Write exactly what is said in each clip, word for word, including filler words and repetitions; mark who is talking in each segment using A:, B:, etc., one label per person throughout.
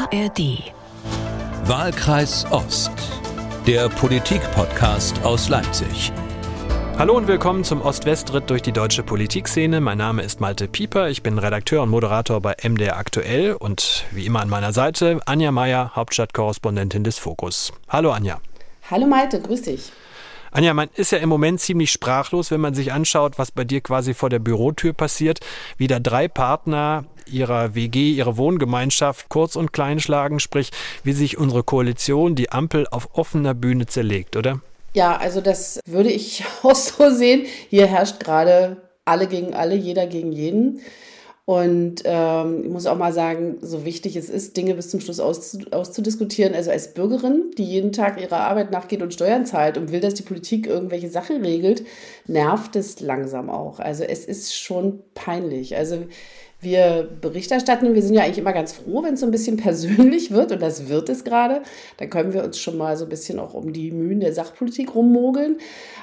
A: A R D.
B: Wahlkreis Ost, der Politik-Podcast aus Leipzig.
C: Hallo und willkommen zum Ost-West-Ritt durch die deutsche Politikszene. Mein Name ist Malte Pieper, ich bin Redakteur und Moderator bei M D R Aktuell und wie immer an meiner Seite Anja Meier, Hauptstadtkorrespondentin des Fokus. Hallo Anja.
D: Hallo Malte, grüß dich.
C: Anja, man ist ja im Moment ziemlich sprachlos, wenn man sich anschaut, was bei dir quasi vor der Bürotür passiert, wie da drei Partner ihrer W G, ihre Wohngemeinschaft kurz und klein schlagen, sprich, wie sich unsere Koalition, die Ampel, auf offener Bühne zerlegt, oder?
D: Ja, also das würde ich auch so sehen. Hier herrscht gerade alle gegen alle, jeder gegen jeden. Und ähm, ich muss auch mal sagen, so wichtig es ist, Dinge bis zum Schluss aus, auszudiskutieren. Also als Bürgerin, die jeden Tag ihrer Arbeit nachgeht und Steuern zahlt und will, dass die Politik irgendwelche Sachen regelt, nervt es langsam auch. Also es ist schon peinlich. Also wir Berichterstatten, wir sind ja eigentlich immer ganz froh, wenn es so ein bisschen persönlich wird, und das wird es gerade. Da können wir uns schon mal so ein bisschen auch um die Mühen der Sachpolitik rummogeln.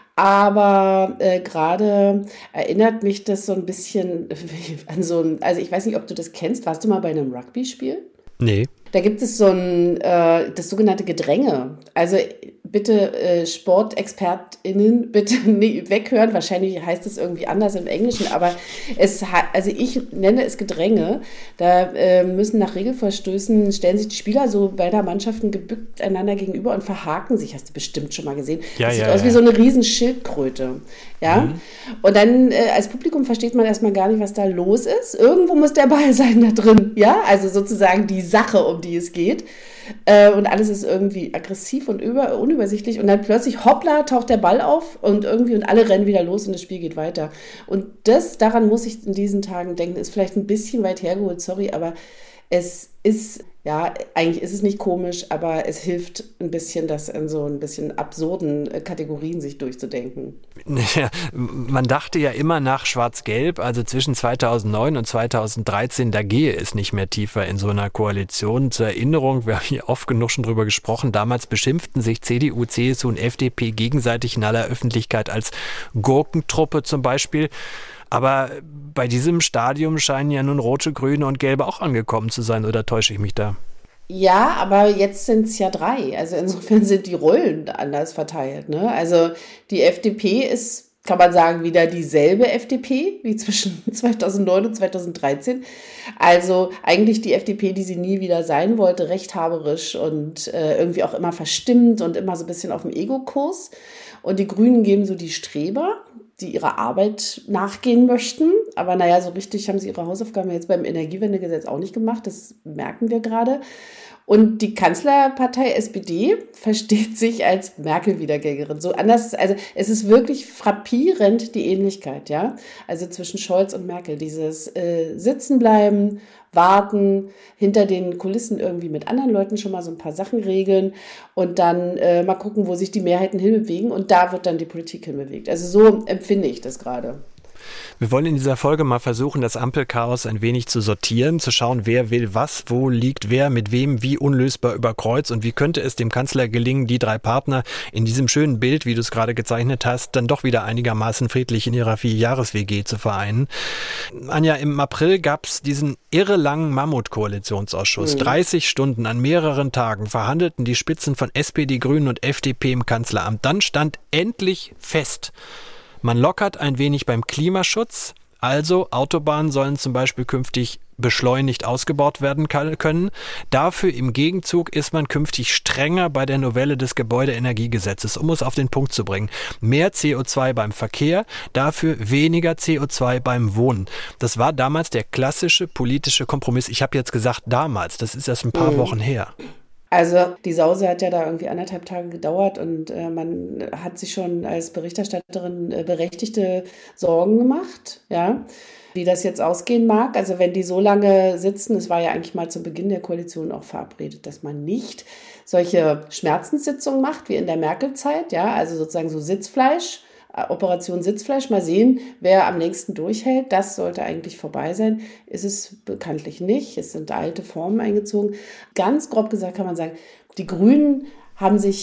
D: Aber äh, gerade erinnert mich das so ein bisschen an so ein, also ich weiß nicht, ob du das kennst. Warst du mal bei einem Rugby-Spiel?
C: Nee.
D: Da gibt es so ein, äh, das sogenannte Gedränge. Also bitte äh, SportexpertInnen, bitte nee, weghören. Wahrscheinlich heißt es irgendwie anders im Englischen, aber es hat, also ich nenne es Gedränge. Da äh, müssen nach Regelverstößen, stellen sich die Spieler so beider Mannschaften gebückt einander gegenüber und verhaken sich. Hast du bestimmt schon mal gesehen.
C: Ja,
D: das
C: ja,
D: sieht aus
C: ja.
D: wie so eine riesen Schildkröte. Ja? Mhm. Und dann äh, als Publikum versteht man erstmal gar nicht, was da los ist. Irgendwo muss der Ball sein da drin. Ja, also sozusagen die Sache, um die es geht. Äh, und alles ist irgendwie aggressiv und über, unübersichtlich. Und dann plötzlich, hoppla, taucht der Ball auf und irgendwie und alle rennen wieder los und das Spiel geht weiter. Und das, daran muss ich in diesen Tagen denken, ist vielleicht ein bisschen weit hergeholt, sorry, aber es ist, ja, eigentlich ist es nicht komisch, aber es hilft ein bisschen, das in so ein bisschen absurden Kategorien sich durchzudenken.
C: Ja, man dachte ja immer nach Schwarz-Gelb, also zwischen zweitausendneun und zweitausenddreizehn, da gehe es nicht mehr tiefer in so einer Koalition. Zur Erinnerung, wir haben hier oft genug schon drüber gesprochen, damals beschimpften sich C D U, C S U und F D P gegenseitig in aller Öffentlichkeit als Gurkentruppe zum Beispiel. Aber bei diesem Stadium scheinen ja nun Rote, Grüne und Gelbe auch angekommen zu sein, oder täusche ich mich da?
D: Ja, aber jetzt sind es ja drei. Also insofern sind die Rollen anders verteilt. Ne? Also die F D P ist, kann man sagen, wieder dieselbe F D P wie zwischen zweitausendneun und zweitausenddreizehn. Also eigentlich die F D P, die sie nie wieder sein wollte, rechthaberisch und äh, irgendwie auch immer verstimmt und immer so ein bisschen auf dem Ego-Kurs. Und die Grünen geben so die Streber, die ihrer Arbeit nachgehen möchten. Aber naja, so richtig haben sie ihre Hausaufgaben jetzt beim Energiewendegesetz auch nicht gemacht. Das merken wir gerade. Und die Kanzlerpartei S P D versteht sich als Merkel-Wiedergängerin. So anders, also es ist wirklich frappierend die Ähnlichkeit, ja. Also zwischen Scholz und Merkel. Dieses äh, Sitzenbleiben, warten, hinter den Kulissen irgendwie mit anderen Leuten schon mal so ein paar Sachen regeln und dann äh, mal gucken, wo sich die Mehrheiten hinbewegen. Und da wird dann die Politik hinbewegt. Also so empfinde ich das gerade.
C: Wir wollen in dieser Folge mal versuchen, das Ampelchaos ein wenig zu sortieren, zu schauen, wer will was, wo liegt wer, mit wem, wie unlösbar über Kreuz und wie könnte es dem Kanzler gelingen, die drei Partner in diesem schönen Bild, wie du es gerade gezeichnet hast, dann doch wieder einigermaßen friedlich in ihrer Vier-Jahres-W G zu vereinen. Anja, im April gab es diesen irre langen Mammut-Koalitionsausschuss. Mhm. dreißig Stunden an mehreren Tagen verhandelten die Spitzen von S P D, Grünen und F D P im Kanzleramt. Dann stand endlich fest: Man lockert ein wenig beim Klimaschutz, also Autobahnen sollen zum Beispiel künftig beschleunigt ausgebaut werden können. Dafür im Gegenzug ist man künftig strenger bei der Novelle des Gebäudeenergiegesetzes, um es auf den Punkt zu bringen. Mehr C O zwei beim Verkehr, dafür weniger C O zwei beim Wohnen. Das war damals der klassische politische Kompromiss. Ich habe jetzt gesagt damals, das ist erst ein paar mhm. Wochen her.
D: Also die Sause hat ja da irgendwie anderthalb Tage gedauert und äh, man hat sich schon als Berichterstatterin äh, berechtigte Sorgen gemacht, ja, wie das jetzt ausgehen mag. Also wenn die so lange sitzen, es war ja eigentlich mal zu Beginn der Koalition auch verabredet, dass man nicht solche Schmerzenssitzungen macht wie in der Merkel-Zeit, ja, also sozusagen so Sitzfleisch, Operation Sitzfleisch, mal sehen, wer am längsten durchhält. Das sollte eigentlich vorbei sein. Ist es bekanntlich nicht. Es sind alte Formen eingezogen. Ganz grob gesagt kann man sagen, die Grünen haben sich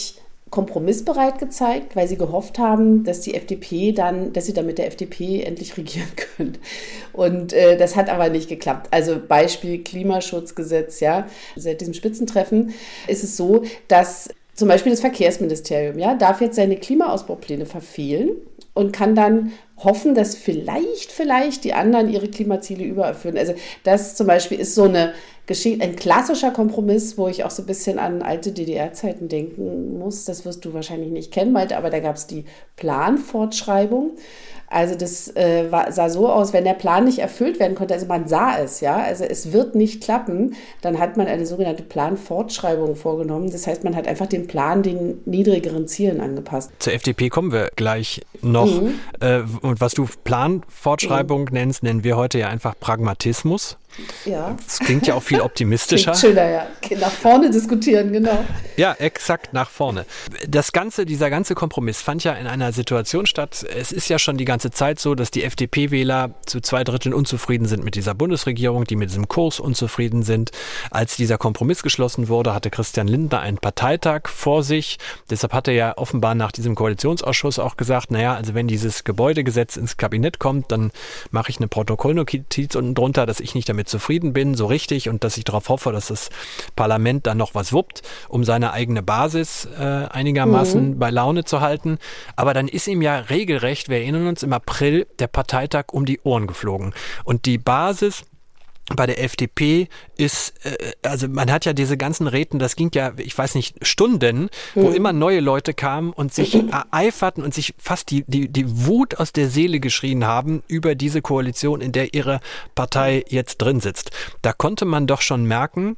D: kompromissbereit gezeigt, weil sie gehofft haben, dass die F D P dann, dass sie dann mit der F D P endlich regieren können. Und äh, das hat aber nicht geklappt. Also Beispiel Klimaschutzgesetz, ja. Seit diesem Spitzentreffen ist es so, dass zum Beispiel das Verkehrsministerium, ja, darf jetzt seine Klimaausbaupläne verfehlen und kann dann hoffen, dass vielleicht, vielleicht die anderen ihre Klimaziele übererfüllen. Also das zum Beispiel ist so eine Geschichte, ein klassischer Kompromiss, wo ich auch so ein bisschen an alte D D R-Zeiten denken muss. Das wirst du wahrscheinlich nicht kennen, Malte, aber da gab es die Planfortschreibung. Also das äh, war, sah so aus, wenn der Plan nicht erfüllt werden konnte, also man sah es, ja, also es wird nicht klappen, dann hat man eine sogenannte Planfortschreibung vorgenommen. Das heißt, man hat einfach den Plan den niedrigeren Zielen angepasst.
C: Zur F D P kommen wir gleich noch. Mhm. Äh, und was du Planfortschreibung mhm. nennst, nennen wir heute ja einfach Pragmatismus.
D: Ja.
C: Das klingt ja auch viel optimistischer.
D: Klingt schöner, ja. Nach vorne diskutieren, genau.
C: Ja, exakt nach vorne. Das ganze, dieser ganze Kompromiss fand ja in einer Situation statt. Es ist ja schon die ganze Zeit so, dass die F D P-Wähler zu zwei Dritteln unzufrieden sind mit dieser Bundesregierung, die mit diesem Kurs unzufrieden sind. Als dieser Kompromiss geschlossen wurde, hatte Christian Lindner einen Parteitag vor sich. Deshalb hat er ja offenbar nach diesem Koalitionsausschuss auch gesagt, naja, also wenn dieses Gebäudegesetz ins Kabinett kommt, dann mache ich eine Protokollnotiz unten drunter, dass ich nicht damit zufrieden bin, so richtig, und dass ich darauf hoffe, dass das Parlament dann noch was wuppt, um seine eigene Basis äh, einigermaßen mhm. bei Laune zu halten. Aber dann ist ihm ja regelrecht, wir erinnern uns, im April der Parteitag um die Ohren geflogen. Und die Basis bei der F D P ist, äh, also man hat ja diese ganzen Reden, das ging ja, ich weiß nicht, Stunden, wo mhm. immer neue Leute kamen und sich ereiferten und sich fast die, die, die Wut aus der Seele geschrien haben über diese Koalition, in der ihre Partei jetzt drin sitzt. Da konnte man doch schon merken,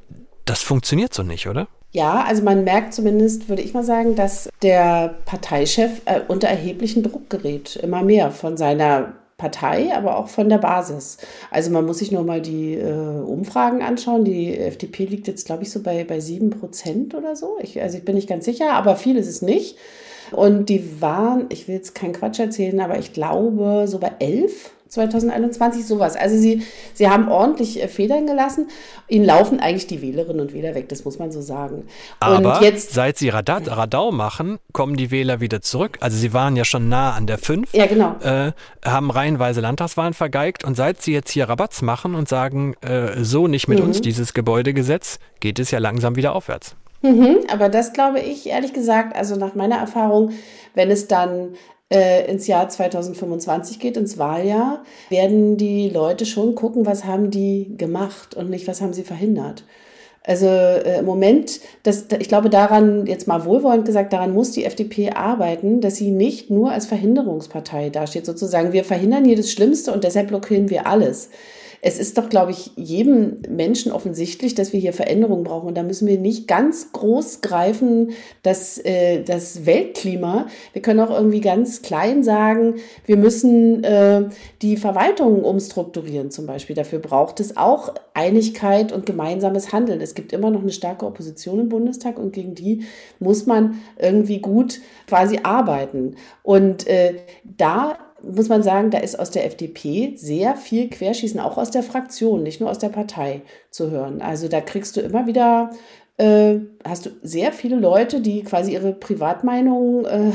C: das funktioniert so nicht, oder?
D: Ja, also man merkt zumindest, würde ich mal sagen, dass der Parteichef äh, unter erheblichen Druck gerät, immer mehr von seiner Partei, aber auch von der Basis. Also man muss sich nur mal die äh, Umfragen anschauen. Die F D P liegt jetzt, glaube ich, so bei, bei sieben Prozent oder so. Ich, also ich bin nicht ganz sicher, aber viel ist es nicht. Und die waren, ich will jetzt keinen Quatsch erzählen, aber ich glaube so bei elf zwanzig einundzwanzig, sowas. Also sie, sie haben ordentlich äh, Federn gelassen. Ihnen laufen eigentlich die Wählerinnen und Wähler weg, das muss man so sagen.
C: Aber
D: und jetzt,
C: seit sie Radau, Radau machen, kommen die Wähler wieder zurück. Also sie waren ja schon nah an der fünf,
D: ja, genau.
C: äh, haben reihenweise Landtagswahlen vergeigt. Und seit sie jetzt hier Rabatz machen und sagen, äh, so nicht mit mhm. uns, dieses Gebäudegesetz, geht es ja langsam wieder aufwärts.
D: Mhm, aber das glaube ich, ehrlich gesagt, also nach meiner Erfahrung, wenn es dann ins Jahr zwanzig fünfundzwanzig geht, ins Wahljahr, werden die Leute schon gucken, was haben die gemacht und nicht, was haben sie verhindert. Also äh, im Moment, das, ich glaube daran, jetzt mal wohlwollend gesagt, daran muss die F D P arbeiten, dass sie nicht nur als Verhinderungspartei dasteht, sozusagen, wir verhindern hier das Schlimmste und deshalb blockieren wir alles. Es ist doch, glaube ich, jedem Menschen offensichtlich, dass wir hier Veränderungen brauchen. Und da müssen wir nicht ganz groß greifen, dass äh, das Weltklima. Wir können auch irgendwie ganz klein sagen, wir müssen äh, die Verwaltung umstrukturieren zum Beispiel. Dafür braucht es auch Einigkeit und gemeinsames Handeln. Es gibt immer noch eine starke Opposition im Bundestag und gegen die muss man irgendwie gut quasi arbeiten. Und äh, da muss man sagen, da ist aus der F D P sehr viel Querschießen, auch aus der Fraktion, nicht nur aus der Partei zu hören. Also da kriegst du immer wieder, äh, hast du sehr viele Leute, die quasi ihre Privatmeinung äh,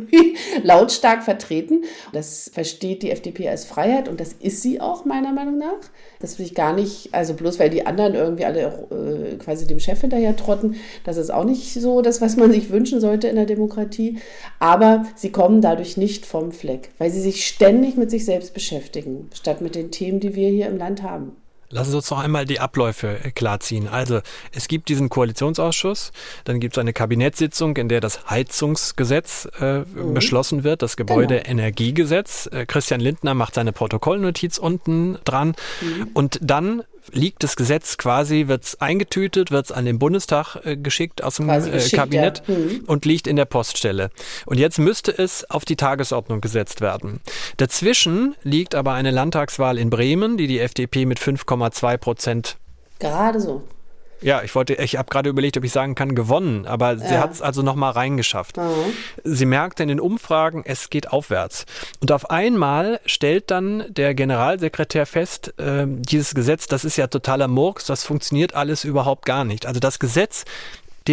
D: lautstark vertreten. Das versteht die F D P als Freiheit und das ist sie auch meiner Meinung nach. Das will ich gar nicht, also bloß weil die anderen irgendwie alle äh, quasi dem Chef hinterher trotten, das ist auch nicht so das, was man sich wünschen sollte in der Demokratie. Aber sie kommen dadurch nicht vom Fleck, weil sie sich ständig mit sich selbst beschäftigen, statt mit den Themen, die wir hier im Land haben.
C: Lassen Sie uns noch einmal die Abläufe klarziehen. Also es gibt diesen Koalitionsausschuss, dann gibt es eine Kabinettssitzung, in der das Heizungsgesetz äh, mhm. beschlossen wird, das Gebäudeenergiegesetz. Äh, Christian Lindner macht seine Protokollnotiz unten dran mhm. und dann liegt das Gesetz quasi, wird es eingetütet, wird es an den Bundestag äh, geschickt aus dem äh, Kabinett ja. mhm. und liegt in der Poststelle. Und jetzt müsste es auf die Tagesordnung gesetzt werden. Dazwischen liegt aber eine Landtagswahl in Bremen, die die F D P mit fünf Komma zwei Prozent
D: gerade so.
C: Ja, ich wollte, ich habe gerade überlegt, ob ich sagen kann, gewonnen, aber ja. sie hat es also nochmal reingeschafft. Mhm. Sie merkte in den Umfragen, es geht aufwärts. Und auf einmal stellt dann der Generalsekretär fest, äh, dieses Gesetz, das ist ja totaler Murks, das funktioniert alles überhaupt gar nicht. Also das Gesetz, dem die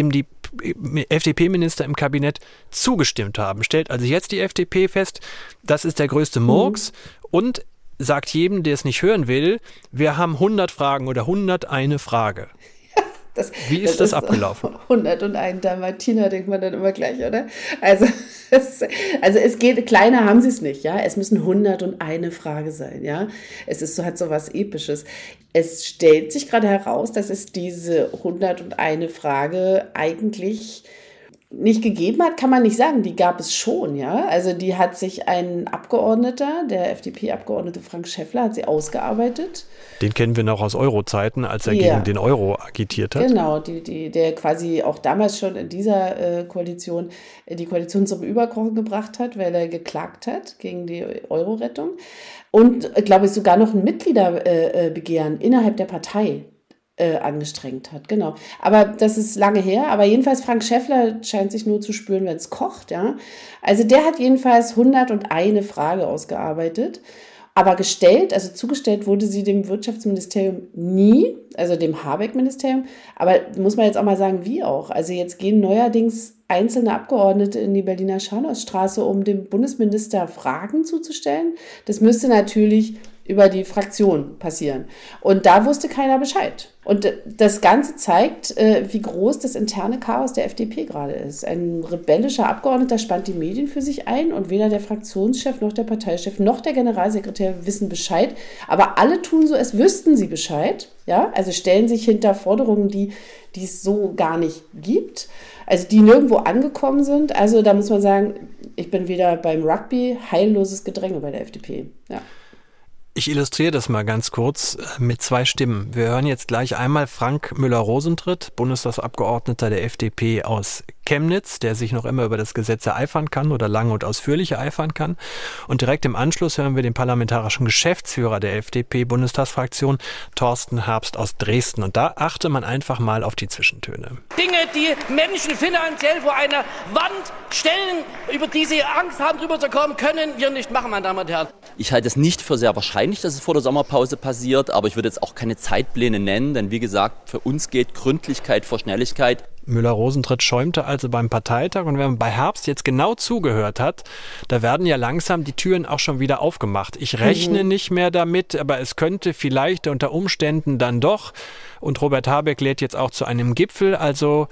C: F D P-Minister im Kabinett zugestimmt haben. Stellt also jetzt die F D P fest, das ist der größte Murks mhm. und sagt jedem, der es nicht hören will, wir haben hundert Fragen oder hunderteine Frage.
D: Das,
C: Wie ist das, das ist abgelaufen?
D: hunderteins Dalmatiner, denkt man dann immer gleich, oder? Also es, also es geht, kleiner haben sie es nicht, ja. Es müssen hunderteins Frage sein, ja. Es ist so, hat so was Episches. Es stellt sich gerade heraus, dass es diese hunderteins Frage eigentlich nicht gegeben hat, kann man nicht sagen. Die gab es schon, ja. Also die hat sich ein Abgeordneter, der F D P-Abgeordnete Frank Schäffler, hat sie ausgearbeitet.
C: Den kennen wir noch aus Euro-Zeiten, als er
D: ja.
C: gegen den Euro agitiert hat.
D: Genau, die, die, der quasi auch damals schon in dieser äh, Koalition äh, die Koalition zum Überkochen gebracht hat, weil er geklagt hat gegen die Euro-Rettung. Und, äh, glaube ich, sogar noch ein Mitgliederbegehren äh, innerhalb der Partei Äh, angestrengt hat, genau. Aber das ist lange her, aber jedenfalls Frank Schäffler scheint sich nur zu spüren, wenn es kocht, ja. Also der hat jedenfalls hunderteins Frage ausgearbeitet, aber gestellt, also zugestellt wurde sie dem Wirtschaftsministerium nie, also dem Habeck-Ministerium, aber muss man jetzt auch mal sagen, wie auch. Also jetzt gehen neuerdings einzelne Abgeordnete in die Berliner Scharnhorststraße, um dem Bundesminister Fragen zuzustellen. Das müsste natürlich über die Fraktion passieren. Und da wusste keiner Bescheid. Und das Ganze zeigt, wie groß das interne Chaos der F D P gerade ist. Ein rebellischer Abgeordneter spannt die Medien für sich ein und weder der Fraktionschef noch der Parteichef noch der Generalsekretär wissen Bescheid. Aber alle tun so, als wüssten sie Bescheid. Ja? Also stellen sich hinter Forderungen, die, die es so gar nicht gibt. Also die nirgendwo angekommen sind. Also da muss man sagen, ich bin wieder beim Rugby, heilloses Gedränge bei der F D P. Ja.
C: Ich illustriere das mal ganz kurz mit zwei Stimmen. Wir hören jetzt gleich einmal Frank Müller-Rosentritt, Bundestagsabgeordneter der F D P aus Chemnitz, der sich noch immer über das Gesetz ereifern kann oder lange und ausführlich ereifern kann. Und direkt im Anschluss hören wir den parlamentarischen Geschäftsführer der F D P-Bundestagsfraktion, Thorsten Herbst aus Dresden. Und da achte man einfach mal auf die Zwischentöne.
A: Dinge, die Menschen finanziell vor eine Wand stellen, über die sie Angst haben, drüber zu kommen, können wir nicht machen, meine Damen und Herren.
E: Ich halte es nicht für sehr wahrscheinlich, dass es vor der Sommerpause passiert, aber ich würde jetzt auch keine Zeitpläne nennen, denn wie gesagt, für uns geht Gründlichkeit vor Schnelligkeit.
C: Müller-Rosentritt schäumte also beim Parteitag, und wenn man bei Herbst jetzt genau zugehört hat, da werden ja langsam die Türen auch schon wieder aufgemacht. Ich rechne mhm. nicht mehr damit, aber es könnte vielleicht unter Umständen dann doch. Und Robert Habeck lädt jetzt auch zu einem Gipfel. Also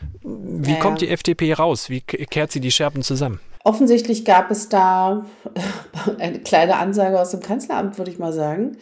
C: wie ja, kommt die F D P raus? Wie kehrt sie die Scherben zusammen?
D: Offensichtlich gab es da eine kleine Ansage aus dem Kanzleramt, würde ich mal sagen.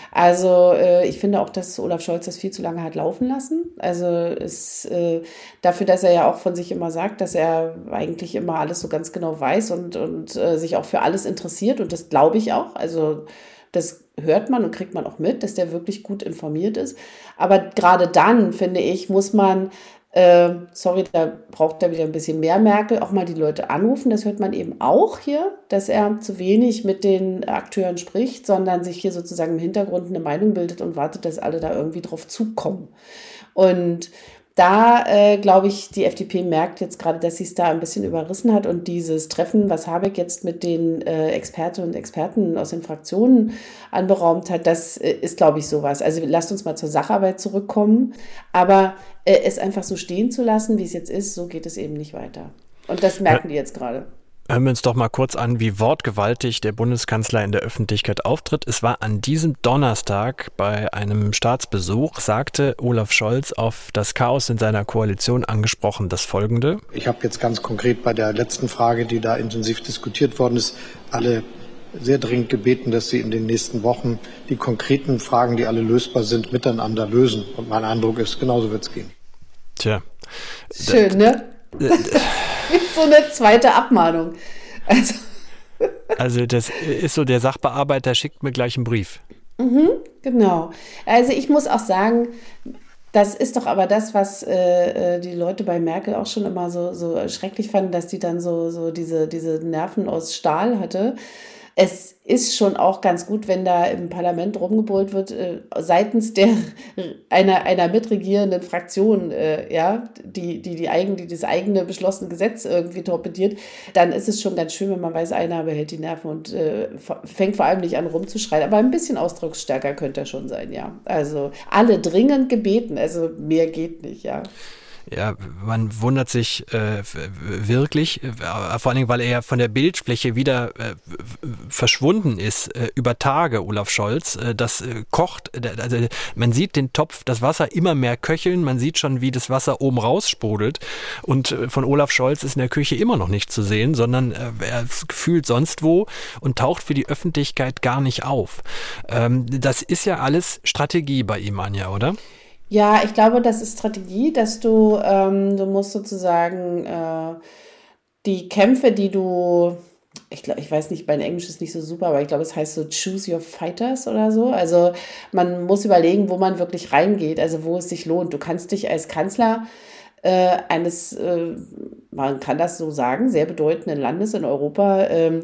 D: Also äh, ich finde auch, dass Olaf Scholz das viel zu lange hat laufen lassen. Also es, äh, dafür, dass er ja auch von sich immer sagt, dass er eigentlich immer alles so ganz genau weiß und, und äh, sich auch für alles interessiert. Und das glaube ich auch. Also das hört man und kriegt man auch mit, dass der wirklich gut informiert ist. Aber gerade dann, finde ich, muss man Äh, sorry, da braucht er wieder ein bisschen mehr Merkel, auch mal die Leute anrufen. Das hört man eben auch hier, dass er zu wenig mit den Akteuren spricht, sondern sich hier sozusagen im Hintergrund eine Meinung bildet und wartet, dass alle da irgendwie drauf zukommen. Und da, äh, glaube ich, die F D P merkt jetzt gerade, dass sie es da ein bisschen überrissen hat, und dieses Treffen, was Habeck jetzt mit den äh, Expertinnen und Experten aus den Fraktionen anberaumt hat, das äh, ist, glaube ich, sowas. Also lasst uns mal zur Sacharbeit zurückkommen, aber äh, es einfach so stehen zu lassen, wie es jetzt ist, so geht es eben nicht weiter. Und das merken die jetzt gerade.
C: Hören wir uns doch mal kurz an, wie wortgewaltig der Bundeskanzler in der Öffentlichkeit auftritt. Es war an diesem Donnerstag bei einem Staatsbesuch, sagte Olaf Scholz auf das Chaos in seiner Koalition angesprochen das Folgende.
F: Ich habe jetzt ganz konkret bei der letzten Frage, die da intensiv diskutiert worden ist, alle sehr dringend gebeten, dass sie in den nächsten Wochen die konkreten Fragen, die alle lösbar sind, miteinander lösen. Und mein Eindruck ist, genauso wird es gehen.
C: Tja.
D: Schön, ne? So eine zweite Abmahnung. Also.
C: also das ist so, der Sachbearbeiter schickt mir gleich einen Brief.
D: Mhm, genau. Also ich muss auch sagen, das ist doch aber das, was äh, die Leute bei Merkel auch schon immer so, so schrecklich fanden, dass die dann so, so diese, diese Nerven aus Stahl hatte. Es ist schon auch ganz gut, wenn da im Parlament rumgebrüllt wird, äh, seitens der einer, einer mitregierenden Fraktion, äh, ja, die, die, die, eigen, die das eigene beschlossene Gesetz irgendwie torpediert, dann ist es schon ganz schön, wenn man weiß, einer behält die Nerven und äh, fängt vor allem nicht an rumzuschreien. Aber ein bisschen ausdrucksstärker könnte er schon sein, ja. Also alle dringend gebeten, also mehr geht nicht, ja.
C: Ja, man wundert sich äh, wirklich, äh, vor allen Dingen, weil er ja von der Bildfläche wieder äh, verschwunden ist, äh, über Tage, Olaf Scholz. Äh, das äh, kocht, äh, also man sieht den Topf, das Wasser immer mehr köcheln, man sieht schon, wie das Wasser oben raus sprudelt und äh, von Olaf Scholz ist in der Küche immer noch nicht zu sehen, sondern äh, er ist gefühlt sonst wo und taucht für die Öffentlichkeit gar nicht auf. Ähm, das ist ja alles Strategie bei ihm, Anja, oder?
D: Ja, ich glaube, das ist Strategie, dass du, ähm, du musst sozusagen äh, die Kämpfe, die du, ich glaube, ich weiß nicht, mein Englisch ist nicht so super, aber ich glaube, es heißt so choose your fighters oder so. Also man muss überlegen, wo man wirklich reingeht, also wo es sich lohnt. Du kannst dich als Kanzler äh, eines, äh, man kann das so sagen, sehr bedeutenden Landes in Europa ähm,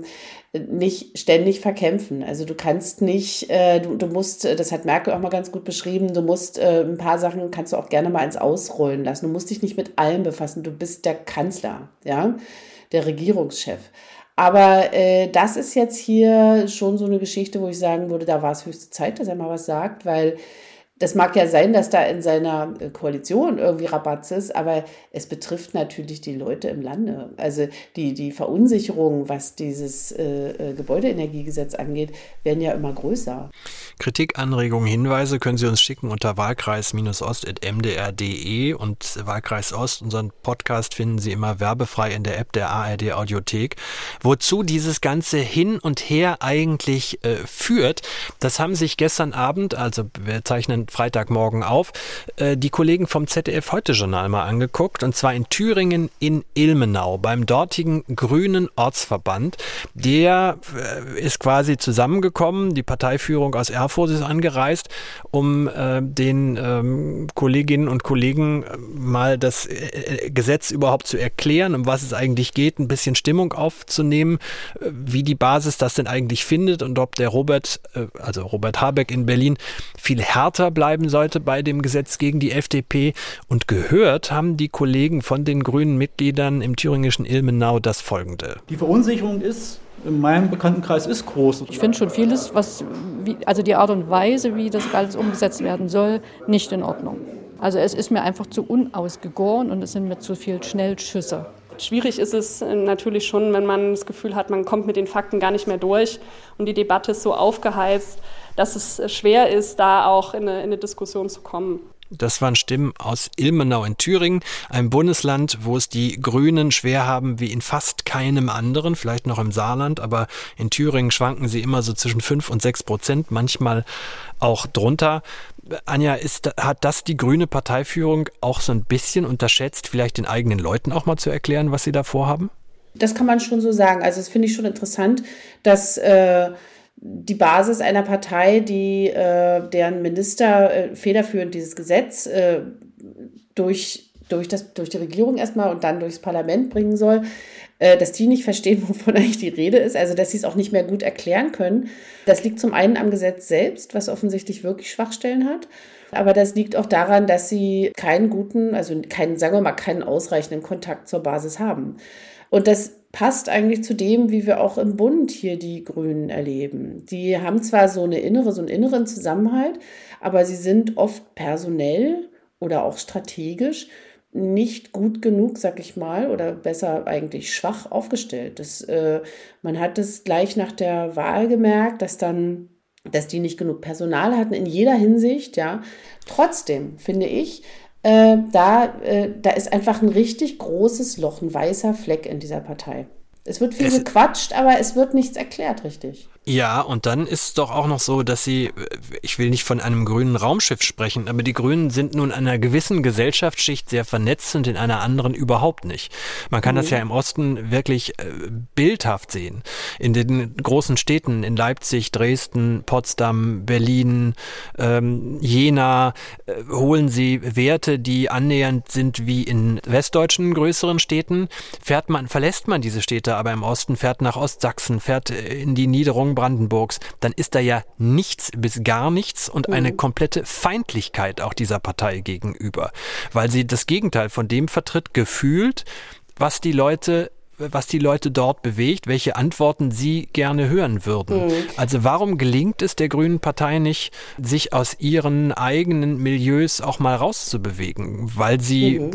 D: nicht ständig verkämpfen. Also du kannst nicht, äh, du, du musst, das hat Merkel auch mal ganz gut beschrieben, du musst äh, ein paar Sachen kannst du auch gerne mal ins Ausrollen lassen. Du musst dich nicht mit allem befassen. Du bist der Kanzler, ja, der Regierungschef. Aber äh, das ist jetzt hier schon so eine Geschichte, wo ich sagen würde, da war es höchste Zeit, dass er mal was sagt, weil das mag ja sein, dass da in seiner Koalition irgendwie Rabatz ist, aber es betrifft natürlich die Leute im Lande. Also die, die Verunsicherung, was dieses äh, Gebäudeenergiegesetz angeht, werden ja immer größer.
C: Kritik, Anregungen, Hinweise können Sie uns schicken unter wahlkreis ost punkt m d r punkt d e und Wahlkreis Ost, unseren Podcast finden Sie immer werbefrei in der App der A R D Audiothek. Wozu dieses ganze Hin und Her eigentlich äh, führt, das haben sich gestern Abend, also wir zeichnen Freitagmorgen auf, äh, die Kollegen vom Z D F Heute-Journal mal angeguckt, und zwar in Thüringen in Ilmenau beim dortigen Grünen Ortsverband. Der äh, ist quasi zusammengekommen, die Parteiführung aus Erfurt ist angereist, um äh, den ähm, Kolleginnen und Kollegen äh, mal das äh, Gesetz überhaupt zu erklären, um was es eigentlich geht, ein bisschen Stimmung aufzunehmen, äh, wie die Basis das denn eigentlich findet und ob der Robert, äh, also Robert Habeck in Berlin, viel härter bleiben sollte bei dem Gesetz gegen die F D P. Und gehört haben die Kollegen von den grünen Mitgliedern im thüringischen Ilmenau das Folgende.
G: Die Verunsicherung ist, in meinem Bekanntenkreis ist groß.
H: Ich finde schon vieles, was, wie, also die Art und Weise, wie das alles umgesetzt werden soll, nicht in Ordnung. Also es ist mir einfach zu unausgegoren und es sind mir zu viel Schnellschüsse.
I: Schwierig ist es natürlich schon, wenn man das Gefühl hat, man kommt mit den Fakten gar nicht mehr durch und die Debatte ist so aufgeheizt, dass es schwer ist, da auch in eine, in eine Diskussion zu kommen.
C: Das waren Stimmen aus Ilmenau in Thüringen, einem Bundesland, wo es die Grünen schwer haben wie in fast keinem anderen, vielleicht noch im Saarland, aber in Thüringen schwanken sie immer so zwischen fünf und sechs Prozent, manchmal auch drunter. Anja, ist, hat das die grüne Parteiführung auch so ein bisschen unterschätzt, vielleicht den eigenen Leuten auch mal zu erklären, was sie da vorhaben?
D: Das kann man schon so sagen. Also das finde ich schon interessant, dass äh, die Basis einer Partei, die äh, deren Minister äh, federführend dieses Gesetz äh, durch, durch, das, durch die Regierung erstmal und dann durchs Parlament bringen soll, äh, dass die nicht verstehen, wovon eigentlich die Rede ist, also dass sie es auch nicht mehr gut erklären können. Das liegt zum einen am Gesetz selbst, was offensichtlich wirklich Schwachstellen hat, aber das liegt auch daran, dass sie keinen guten, also keinen, sagen wir mal, keinen ausreichenden Kontakt zur Basis haben. Und das passt eigentlich zu dem, wie wir auch im Bund hier die Grünen erleben. Die haben zwar so eine innere, so einen inneren Zusammenhalt, aber sie sind oft personell oder auch strategisch nicht gut genug, sag ich mal, oder besser eigentlich schwach aufgestellt. Das, äh, man hat es gleich nach der Wahl gemerkt, dass dann, dass die nicht genug Personal hatten in jeder Hinsicht, ja. Trotzdem finde ich, Äh, da, äh, da ist einfach ein richtig großes Loch, ein weißer Fleck in dieser Partei. Es wird viel es gequatscht, aber es wird nichts erklärt, richtig.
C: Ja, und dann ist es doch auch noch so, dass sie, ich will nicht von einem grünen Raumschiff sprechen, aber die Grünen sind nun in einer gewissen Gesellschaftsschicht sehr vernetzt und in einer anderen überhaupt nicht. Man kann mhm. das ja im Osten wirklich äh, bildhaft sehen. In den großen Städten, in Leipzig, Dresden, Potsdam, Berlin, ähm, Jena, äh, holen sie Werte, die annähernd sind wie in westdeutschen größeren Städten. Fährt man, verlässt man diese Städte aber im Osten, fährt nach Ostsachsen, fährt in die Niederungen Brandenburgs, dann ist da ja nichts bis gar nichts und eine mhm. komplette Feindlichkeit auch dieser Partei gegenüber, weil sie das Gegenteil von dem vertritt, gefühlt, was die Leute was die Leute dort bewegt, welche Antworten sie gerne hören würden. Mhm. Also warum gelingt es der Grünen Partei nicht, sich aus ihren eigenen Milieus auch mal rauszubewegen? Weil sie, mhm.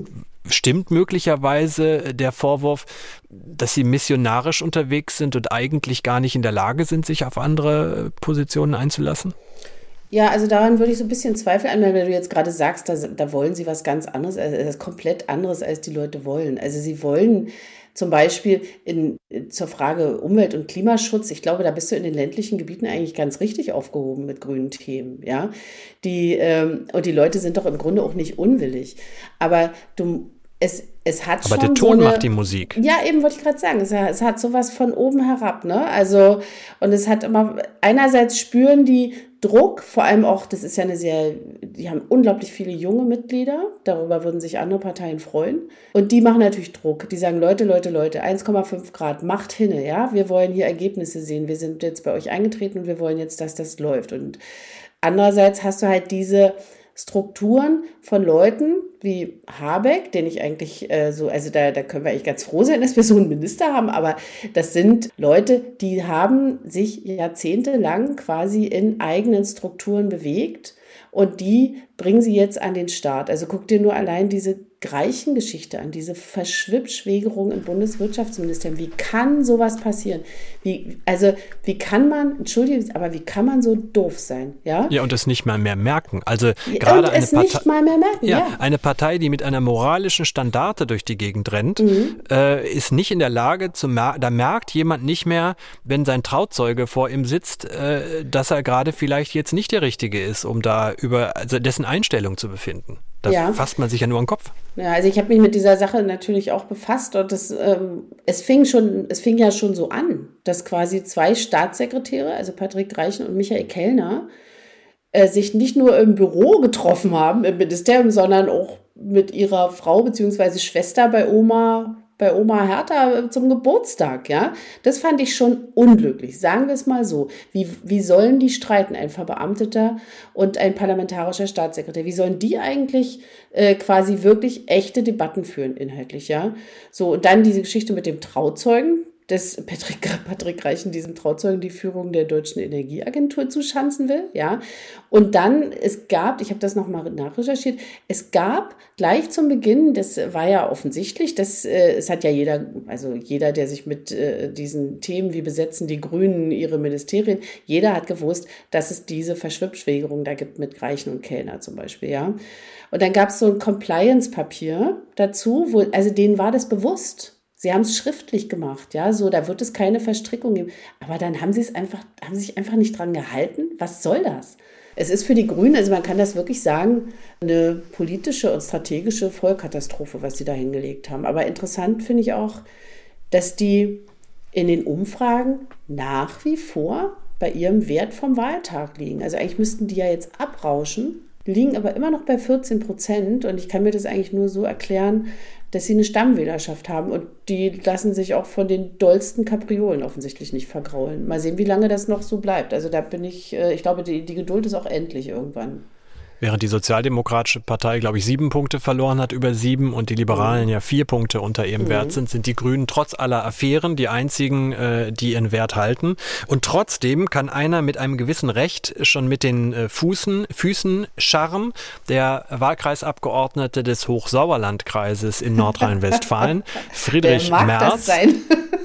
C: Stimmt möglicherweise der Vorwurf, dass sie missionarisch unterwegs sind und eigentlich gar nicht in der Lage sind, sich auf andere Positionen einzulassen?
D: Ja, also daran würde ich so ein bisschen Zweifel anmelden, wenn du jetzt gerade sagst, da, da wollen sie was ganz anderes, also das komplett anderes, als die Leute wollen. Also sie wollen zum Beispiel in, zur Frage Umwelt- und Klimaschutz, ich glaube, da bist du in den ländlichen Gebieten eigentlich ganz richtig aufgehoben mit grünen Themen, ja. Die, ähm, und die Leute sind doch im Grunde auch nicht unwillig. Aber du, es, es hat
C: Aber
D: schon
C: der Ton
D: so eine,
C: macht die Musik.
D: Ja, eben wollte ich gerade sagen, es, es hat sowas von oben herab, ne? Also, und es hat immer, einerseits spüren die Druck, vor allem auch, das ist ja eine sehr, die haben unglaublich viele junge Mitglieder, darüber würden sich andere Parteien freuen. Und die machen natürlich Druck. Die sagen, Leute, Leute, Leute, eins Komma fünf Grad, macht hinne, ja, wir wollen hier Ergebnisse sehen, wir sind jetzt bei euch eingetreten und wir wollen jetzt, dass das läuft. Und andererseits hast du halt diese Strukturen von Leuten wie Habeck, den ich eigentlich äh, so, also da, da können wir eigentlich ganz froh sein, dass wir so einen Minister haben, aber das sind Leute, die haben sich jahrzehntelang quasi in eigenen Strukturen bewegt und die bringen sie jetzt an den Start. Also guck dir nur allein diese Greichen-Geschichte an, diese Verschwippschwägerung im Bundeswirtschaftsministerium. Wie kann sowas passieren? Wie, also wie kann man, entschuldige, aber wie kann man so doof sein? Ja,
C: ja und es nicht mal mehr merken. Also
D: ja,
C: gerade
D: und
C: eine
D: es
C: Partei,
D: nicht mal mehr merken,
C: ja,
D: ja.
C: Eine Partei, die mit einer moralischen Standarte durch die Gegend rennt, mhm. äh, ist nicht in der Lage zu mer- da merkt jemand nicht mehr, wenn sein Trauzeuge vor ihm sitzt, äh, dass er gerade vielleicht jetzt nicht der Richtige ist, um da über also dessen Einstellung zu befinden. Da
D: ja.
C: fasst man sich ja nur an den Kopf.
D: Ja, also ich habe mich mit dieser Sache natürlich auch befasst und das, ähm, es fing schon, es fing ja schon so an, dass quasi zwei Staatssekretäre, also Patrick Reichen und Michael Kellner, äh, sich nicht nur im Büro getroffen haben im Ministerium, sondern auch mit ihrer Frau bzw. Schwester bei Oma bei Oma Hertha zum Geburtstag, ja. Das fand ich schon unglücklich, sagen wir es mal so. Wie, wie sollen die streiten, ein Verbeamteter und ein parlamentarischer Staatssekretär? Wie sollen die eigentlich äh, quasi wirklich echte Debatten führen, inhaltlich, ja? So, und dann diese Geschichte mit dem Trauzeugen, dass Patrick, Patrick Reichen diesem Trauzeugen die Führung der Deutschen Energieagentur zuschanzen will, ja. Und dann, es gab, ich habe das nochmal nachrecherchiert, es gab gleich zum Beginn, das war ja offensichtlich, das, äh, es hat ja jeder, also jeder, der sich mit äh, diesen Themen, wie besetzen die Grünen ihre Ministerien, jeder hat gewusst, dass es diese Verschwippschwägerung da gibt mit Reichen und Kellner zum Beispiel, ja. Und dann gab es so ein Compliance-Papier dazu, wo, also denen war das bewusst. Sie haben es schriftlich gemacht, ja, so, da wird es keine Verstrickung geben. Aber dann haben sie es einfach, haben sich einfach nicht dran gehalten. Was soll das? Es ist für die Grünen, also man kann das wirklich sagen, eine politische und strategische Vollkatastrophe, was sie da hingelegt haben. Aber interessant finde ich auch, dass die in den Umfragen nach wie vor bei ihrem Wert vom Wahltag liegen. Also eigentlich müssten die ja jetzt abrauschen, liegen aber immer noch bei vierzehn Prozent. Und ich kann mir das eigentlich nur so erklären, dass sie eine Stammwählerschaft haben und die lassen sich auch von den dollsten Kapriolen offensichtlich nicht vergraulen. Mal sehen, wie lange das noch so bleibt. Also da bin ich, ich glaube, die, die Geduld ist auch endlich irgendwann.
C: Während die Sozialdemokratische Partei, glaube ich, sieben Punkte verloren hat, über sieben, und die Liberalen mhm. ja vier Punkte unter ihrem mhm. Wert sind, sind die Grünen trotz aller Affären die einzigen, äh, die ihren Wert halten. Und trotzdem kann einer mit einem gewissen Recht schon mit den äh, Fußen, Füßen scharren. Der Wahlkreisabgeordnete des Hochsauerlandkreises in Nordrhein-Westfalen, Friedrich
D: Wer mag
C: Merz.
D: Das sein?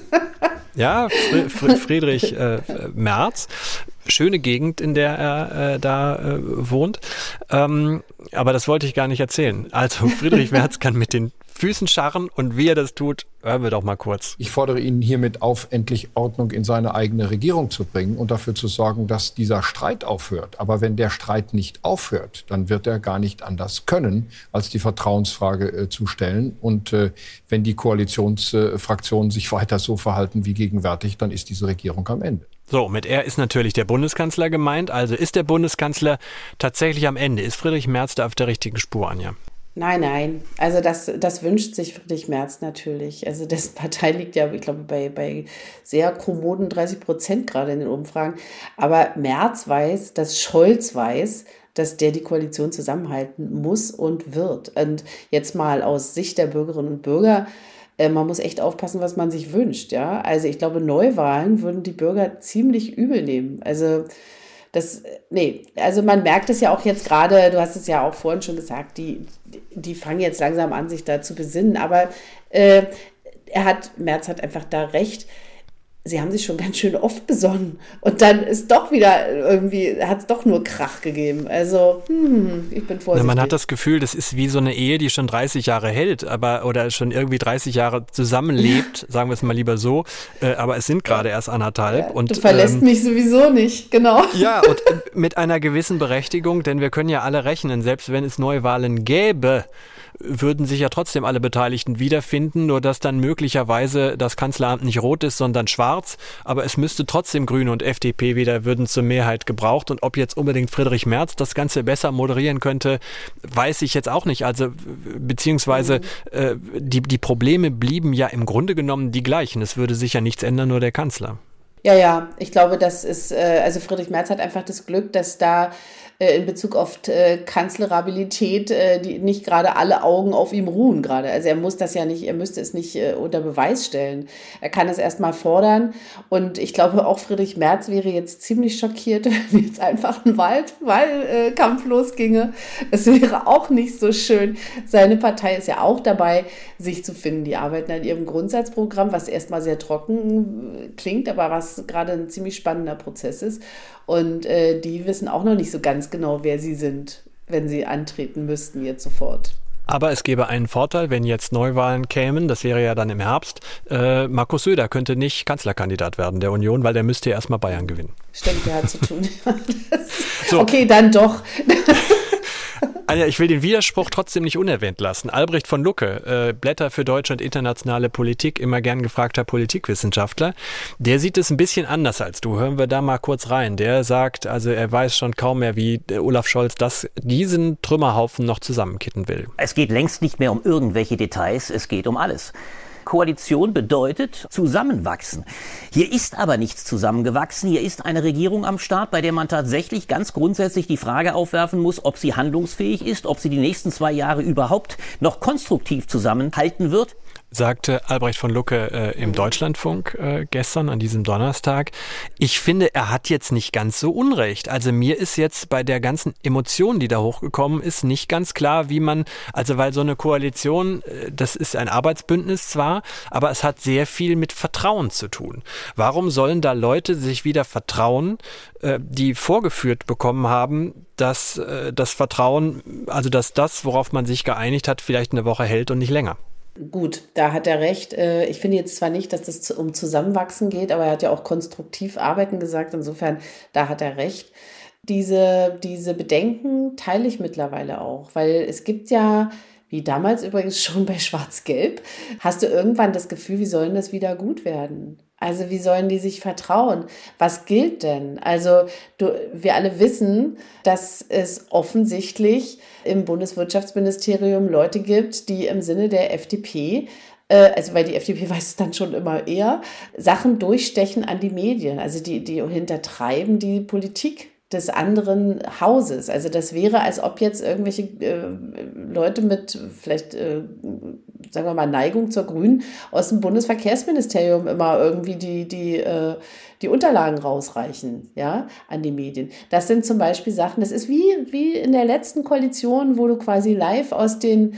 C: Ja, Fr- Fr- Friedrich äh, Merz. Schöne Gegend, in der er äh, da äh, wohnt. Ähm, aber das wollte ich gar nicht erzählen. Also Friedrich Merz kann mit den Füßen scharren, und wie er das tut, hören wir doch mal kurz.
J: Ich fordere ihn hiermit auf, endlich Ordnung in seine eigene Regierung zu bringen und dafür zu sorgen, dass dieser Streit aufhört. Aber wenn der Streit nicht aufhört, dann wird er gar nicht anders können, als die Vertrauensfrage äh, zu stellen. Und äh, wenn die Koalitionsfraktionen äh, sich weiter so verhalten wie gegenwärtig, dann ist diese Regierung am Ende.
C: So, mit er ist natürlich der Bundeskanzler gemeint. Also ist der Bundeskanzler tatsächlich am Ende? Ist Friedrich Merz da auf der richtigen Spur, Anja?
D: Nein, nein. Also das, das wünscht sich Friedrich Merz natürlich. Also dessen Partei liegt ja, ich glaube, bei, bei sehr kommoden dreißig Prozent gerade in den Umfragen. Aber Merz weiß, dass Scholz weiß, dass der die Koalition zusammenhalten muss und wird. Und jetzt mal aus Sicht der Bürgerinnen und Bürger, äh, man muss echt aufpassen, was man sich wünscht. Ja? Also ich glaube, Neuwahlen würden die Bürger ziemlich übel nehmen. Also Das, nee, also man merkt es ja auch jetzt gerade, du hast es ja auch vorhin schon gesagt, die, die fangen jetzt langsam an, sich da zu besinnen, aber äh, er hat, Merz hat einfach da recht, sie haben sich schon ganz schön oft besonnen und dann ist doch wieder irgendwie, hat es doch nur Krach gegeben. Also, hm, ich bin vorsichtig.
C: Na, man hat das Gefühl, das ist wie so eine Ehe, die schon dreißig Jahre hält, aber oder schon irgendwie dreißig Jahre zusammenlebt, sagen wir es mal lieber so, äh, aber es sind gerade erst anderthalb.
D: Ja,
C: und,
D: du verlässt ähm, mich sowieso nicht, genau.
C: Ja, und mit einer gewissen Berechtigung, denn wir können ja alle rechnen, selbst wenn es Neuwahlen gäbe, würden sich ja trotzdem alle Beteiligten wiederfinden, nur dass dann möglicherweise das Kanzleramt nicht rot ist, sondern schwarz, aber es müsste trotzdem Grüne und F D P wieder, würden zur Mehrheit gebraucht und ob jetzt unbedingt Friedrich Merz das Ganze besser moderieren könnte, weiß ich jetzt auch nicht, also beziehungsweise äh, die, die Probleme blieben ja im Grunde genommen die gleichen, es würde sich ja nichts ändern, nur der Kanzler.
D: Ja, ja, ich glaube, das ist, äh, also Friedrich Merz hat einfach das Glück, dass da äh, in Bezug auf äh, Kanzlerabilität äh, die nicht gerade alle Augen auf ihm ruhen gerade. Also er muss das ja nicht, er müsste es nicht äh, unter Beweis stellen. Er kann es erstmal fordern und ich glaube auch Friedrich Merz wäre jetzt ziemlich schockiert, wenn jetzt einfach ein Wahl- Wahlkampf losginge. Das wäre auch nicht so schön. Seine Partei ist ja auch dabei, sich zu finden. Die arbeiten an ihrem Grundsatzprogramm, was erstmal sehr trocken klingt, aber was gerade ein ziemlich spannender Prozess ist. Und äh, die wissen auch noch nicht so ganz genau, wer sie sind, wenn sie antreten müssten jetzt sofort.
C: Aber es gäbe einen Vorteil, wenn jetzt Neuwahlen kämen, das wäre ja dann im Herbst, äh, Markus Söder könnte nicht Kanzlerkandidat werden der Union, weil der müsste ja erstmal Bayern gewinnen.
D: Stimmt, der hat zu tun. So. Okay, dann doch.
C: Also ich will den Widerspruch trotzdem nicht unerwähnt lassen. Albrecht von Lucke, äh, Blätter für deutsche und internationale Politik, immer gern gefragter Politikwissenschaftler, der sieht es ein bisschen anders als du. Hören wir da mal kurz rein. Der sagt, also er weiß schon kaum mehr, wie Olaf Scholz das, diesen Trümmerhaufen noch zusammenkitten will.
K: Es geht längst nicht mehr um irgendwelche Details, es geht um alles. Koalition bedeutet zusammenwachsen. Hier ist aber nichts zusammengewachsen. Hier ist eine Regierung am Start, bei der man tatsächlich ganz grundsätzlich die Frage aufwerfen muss, ob sie handlungsfähig ist, ob sie die nächsten zwei Jahre überhaupt noch konstruktiv zusammenhalten wird.
C: Sagte Albrecht von Lucke äh, im Deutschlandfunk äh, gestern an diesem Donnerstag. Ich finde, er hat jetzt nicht ganz so Unrecht. Also mir ist jetzt bei der ganzen Emotion, die da hochgekommen ist, nicht ganz klar, wie man, also weil so eine Koalition, äh, das ist ein Arbeitsbündnis zwar, aber es hat sehr viel mit Vertrauen zu tun. Warum sollen da Leute sich wieder vertrauen, äh, die vorgeführt bekommen haben, dass äh, das Vertrauen, also dass das, worauf man sich geeinigt hat, vielleicht eine Woche hält und nicht länger?
D: Gut, da hat er recht. Ich finde jetzt zwar nicht, dass das um Zusammenwachsen geht, aber er hat ja auch konstruktiv arbeiten gesagt. Insofern, da hat er recht. Diese, diese Bedenken teile ich mittlerweile auch, weil es gibt ja, wie damals übrigens schon bei Schwarz-Gelb, hast du irgendwann das Gefühl, wie sollen das wieder gut werden? Also wie sollen die sich vertrauen? Was gilt denn? Also du, wir alle wissen, dass es offensichtlich im Bundeswirtschaftsministerium Leute gibt, die im Sinne der F D P, äh, also weil die F D P weiß es dann schon immer eher, Sachen durchstechen an die Medien. Also die, die hintertreiben die Politik des anderen Hauses. Also das wäre, als ob jetzt irgendwelche äh, Leute mit vielleicht, äh, sagen wir mal, Neigung zur Grünen aus dem Bundesverkehrsministerium immer irgendwie die, die, äh, die Unterlagen rausreichen, ja, an die Medien. Das sind zum Beispiel Sachen, das ist wie, wie in der letzten Koalition, wo du quasi live aus den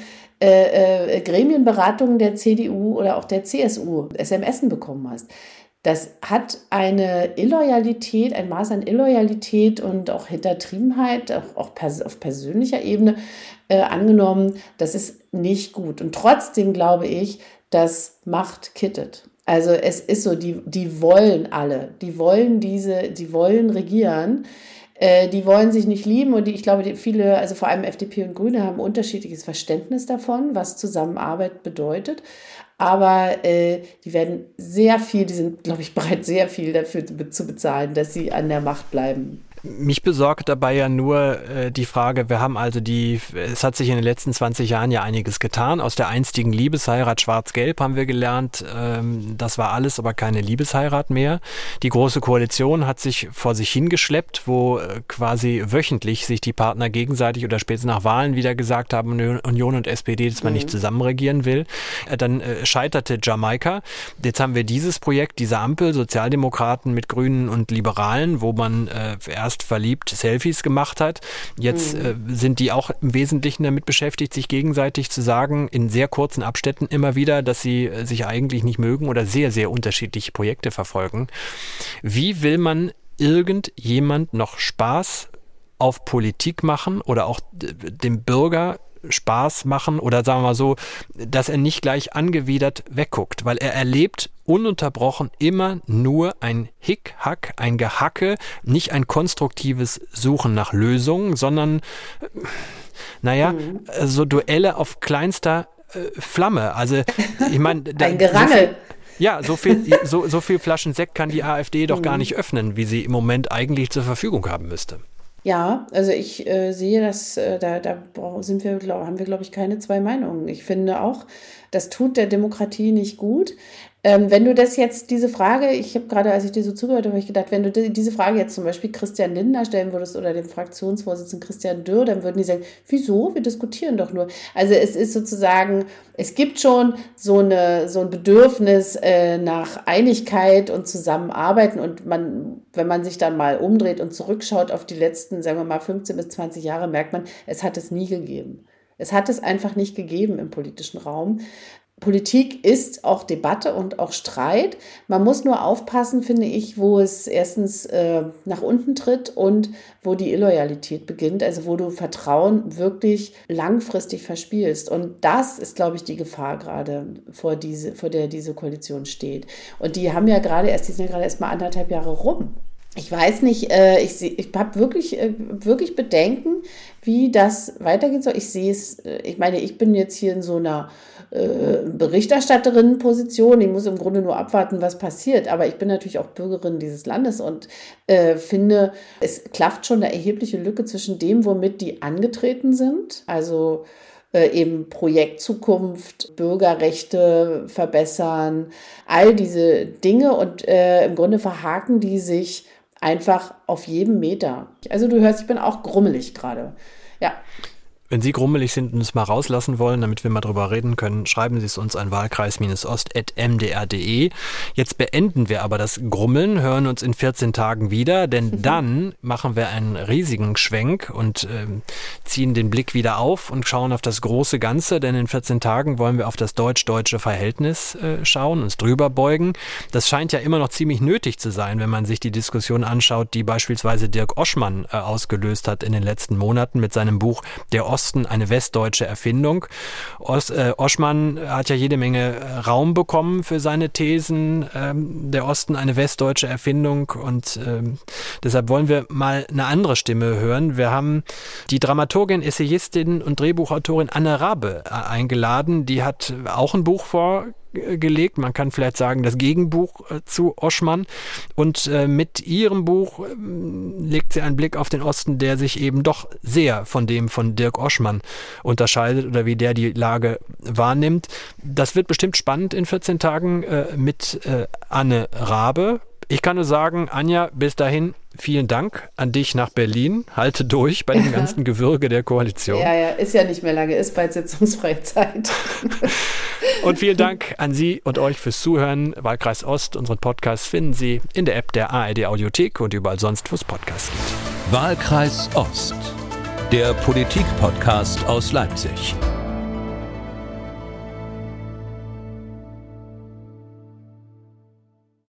D: äh, äh, Gremienberatungen der C D U oder auch der C S U S M S bekommen hast. Das hat eine Illoyalität, ein Maß an Illoyalität und auch Hintertriebenheit, auch, auch pers- auf persönlicher Ebene äh, angenommen. Das ist nicht gut. Und trotzdem glaube ich, dass Macht kittet. Also es ist so, die, die wollen alle, die wollen diese, die wollen regieren. Äh, die wollen sich nicht lieben und die, ich glaube, die viele, also vor allem F D P und Grüne, haben ein unterschiedliches Verständnis davon, was Zusammenarbeit bedeutet. Aber äh, die werden sehr viel, die sind, glaube ich, bereit, sehr viel dafür zu bezahlen, dass sie an der Macht bleiben.
C: Mich besorgt dabei ja nur äh, die Frage, wir haben also die, es hat sich in den letzten zwanzig Jahren ja einiges getan. Aus der einstigen Liebesheirat Schwarz-Gelb haben wir gelernt, ähm, das war alles, aber keine Liebesheirat mehr. Die Große Koalition hat sich vor sich hingeschleppt, wo äh, quasi wöchentlich sich die Partner gegenseitig oder spätestens nach Wahlen wieder gesagt haben, Union und S P D, dass man mhm. nicht zusammen regieren will. Äh, dann äh, scheiterte Jamaika. Jetzt haben wir dieses Projekt, diese Ampel, Sozialdemokraten mit Grünen und Liberalen, wo man äh, erst verliebt Selfies gemacht hat. Jetzt mhm. äh, sind die auch im Wesentlichen damit beschäftigt, sich gegenseitig zu sagen, in sehr kurzen Abständen immer wieder, dass sie äh, sich eigentlich nicht mögen oder sehr, sehr unterschiedliche Projekte verfolgen. Wie will man irgendjemand noch Spaß auf Politik machen oder auch dem Bürger Spaß machen oder sagen wir mal so, dass er nicht gleich angewidert wegguckt, weil er erlebt ununterbrochen immer nur ein Hick-Hack, ein Gehacke, nicht ein konstruktives Suchen nach Lösungen, sondern naja, mhm. so Duelle auf kleinster äh, Flamme. Also ich meine,
D: ein Gerangel.
C: So, ja, so viel, so, so viel Flaschen Sekt kann die AfD doch mhm. gar nicht öffnen, wie sie im Moment eigentlich zur Verfügung haben müsste.
D: Ja, also ich äh, sehe, dass äh, da, da sind wir, glaub, haben wir, glaube ich, keine zwei Meinungen. Ich finde auch, das tut der Demokratie nicht gut. Ähm, wenn du das jetzt, diese Frage, ich habe gerade, als ich dir so zugehört habe, habe ich gedacht, wenn du die, diese Frage jetzt zum Beispiel Christian Lindner stellen würdest oder dem Fraktionsvorsitzenden Christian Dürr, dann würden die sagen, wieso? Wir diskutieren doch nur. Also es ist sozusagen, es gibt schon so, eine, so ein Bedürfnis äh, nach Einigkeit und Zusammenarbeiten und man, wenn man sich dann mal umdreht und zurückschaut auf die letzten, sagen wir mal, fünfzehn bis zwanzig Jahre, merkt man, es hat es nie gegeben. Es hat es einfach nicht gegeben im politischen Raum. Politik ist auch Debatte und auch Streit. Man muss nur aufpassen, finde ich, wo es erstens äh, nach unten tritt und wo die Illoyalität beginnt, also wo du Vertrauen wirklich langfristig verspielst. Und das ist, glaube ich, die Gefahr gerade, vor, diese, vor der diese Koalition steht. Und die haben ja gerade erst, die sind ja gerade erst mal anderthalb Jahre rum. Ich weiß nicht, äh, ich, ich habe wirklich, äh, wirklich Bedenken, wie das weitergehen soll. Ich sehe es, äh, ich meine, ich bin jetzt hier in so einer äh, Berichterstatterinnenposition. Ich muss im Grunde nur abwarten, was passiert. Aber ich bin natürlich auch Bürgerin dieses Landes und äh, finde, es klafft schon eine erhebliche Lücke zwischen dem, womit die angetreten sind. Also Äh, eben Projekt Zukunft, Bürgerrechte verbessern, all diese Dinge und äh, im Grunde verhaken die sich einfach auf jedem Meter. Also du hörst, ich bin auch grummelig gerade. Ja.
C: Wenn Sie grummelig sind und es mal rauslassen wollen, damit wir mal drüber reden können, schreiben Sie es uns an wahlkreis ost at m d r punkt d e. Jetzt beenden wir aber das Grummeln, hören uns in vierzehn Tagen wieder, denn dann machen wir einen riesigen Schwenk und äh, ziehen den Blick wieder auf und schauen auf das große Ganze, denn in vierzehn Tagen wollen wir auf das deutsch-deutsche Verhältnis äh, schauen, uns drüber beugen. Das scheint ja immer noch ziemlich nötig zu sein, wenn man sich die Diskussion anschaut, die beispielsweise Dirk Oschmann äh, ausgelöst hat in den letzten Monaten mit seinem Buch Der Osten, eine westdeutsche Erfindung. Os, äh, Oschmann hat ja jede Menge Raum bekommen für seine Thesen, ähm, der Osten eine westdeutsche Erfindung und ähm, deshalb wollen wir mal eine andere Stimme hören. Wir haben die Dramaturgin, Essayistin und Drehbuchautorin Anne Rabe äh, eingeladen. Die hat auch ein Buch vorgelegt, man kann vielleicht sagen, das Gegenbuch äh, zu Oschmann. Und äh, mit ihrem Buch äh, legt sie einen Blick auf den Osten, der sich eben doch sehr von dem von Dirk Oschmann unterscheidet oder wie der die Lage wahrnimmt. Das wird bestimmt spannend in vierzehn Tagen äh, mit äh, Anne Rabe. Ich kann nur sagen, Anja, bis dahin vielen Dank an dich nach Berlin. Halte durch bei dem ganzen Gewürge der Koalition.
D: Ja, ja, ist ja nicht mehr lange, ist bald sitzungsfreie Zeit.
C: Und vielen Dank an Sie und euch fürs Zuhören. Wahlkreis Ost, unseren Podcast finden Sie in der App der A R D Audiothek und überall sonst, wo es Podcasts gibt.
B: Wahlkreis Ost, der Politik-Podcast aus Leipzig.